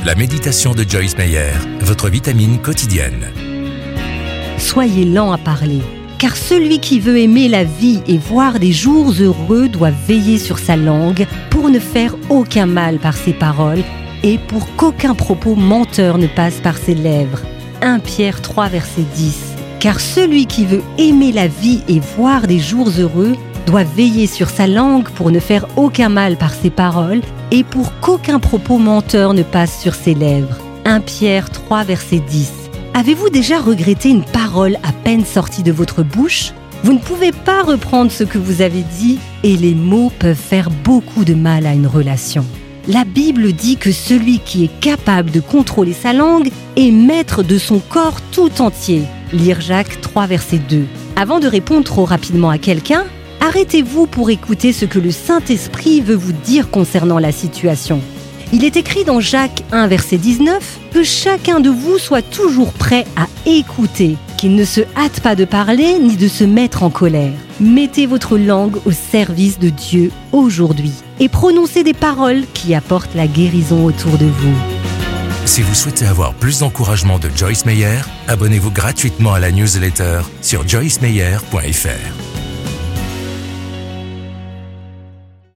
La méditation de Joyce Meyer, votre vitamine quotidienne. Soyez lents à parler, car celui qui veut aimer la vie et voir des jours heureux doit veiller sur sa langue pour ne faire aucun mal par ses paroles et pour qu'aucun propos menteur ne passe par ses lèvres. 1 Pierre 3, verset 10. Car celui qui veut aimer la vie et voir des jours heureux doit veiller sur sa langue pour ne faire aucun mal par ses paroles et pour qu'aucun propos menteur ne passe sur ses lèvres. 1 Pierre 3, verset 10. Avez-vous déjà regretté une parole à peine sortie de votre bouche ? Vous ne pouvez pas reprendre ce que vous avez dit et les mots peuvent faire beaucoup de mal à une relation. La Bible dit que celui qui est capable de contrôler sa langue est maître de son corps tout entier. Lire Jacques 3, verset 2. Avant de répondre trop rapidement à quelqu'un, arrêtez-vous pour écouter ce que le Saint-Esprit veut vous dire concernant la situation. Il est écrit dans Jacques 1, verset 19, que chacun de vous soit toujours prêt à écouter, qu'il ne se hâte pas de parler ni de se mettre en colère. Mettez votre langue au service de Dieu aujourd'hui et prononcez des paroles qui apportent la guérison autour de vous. Si vous souhaitez avoir plus d'encouragement de Joyce Meyer, abonnez-vous gratuitement à la newsletter sur joycemeyer.fr.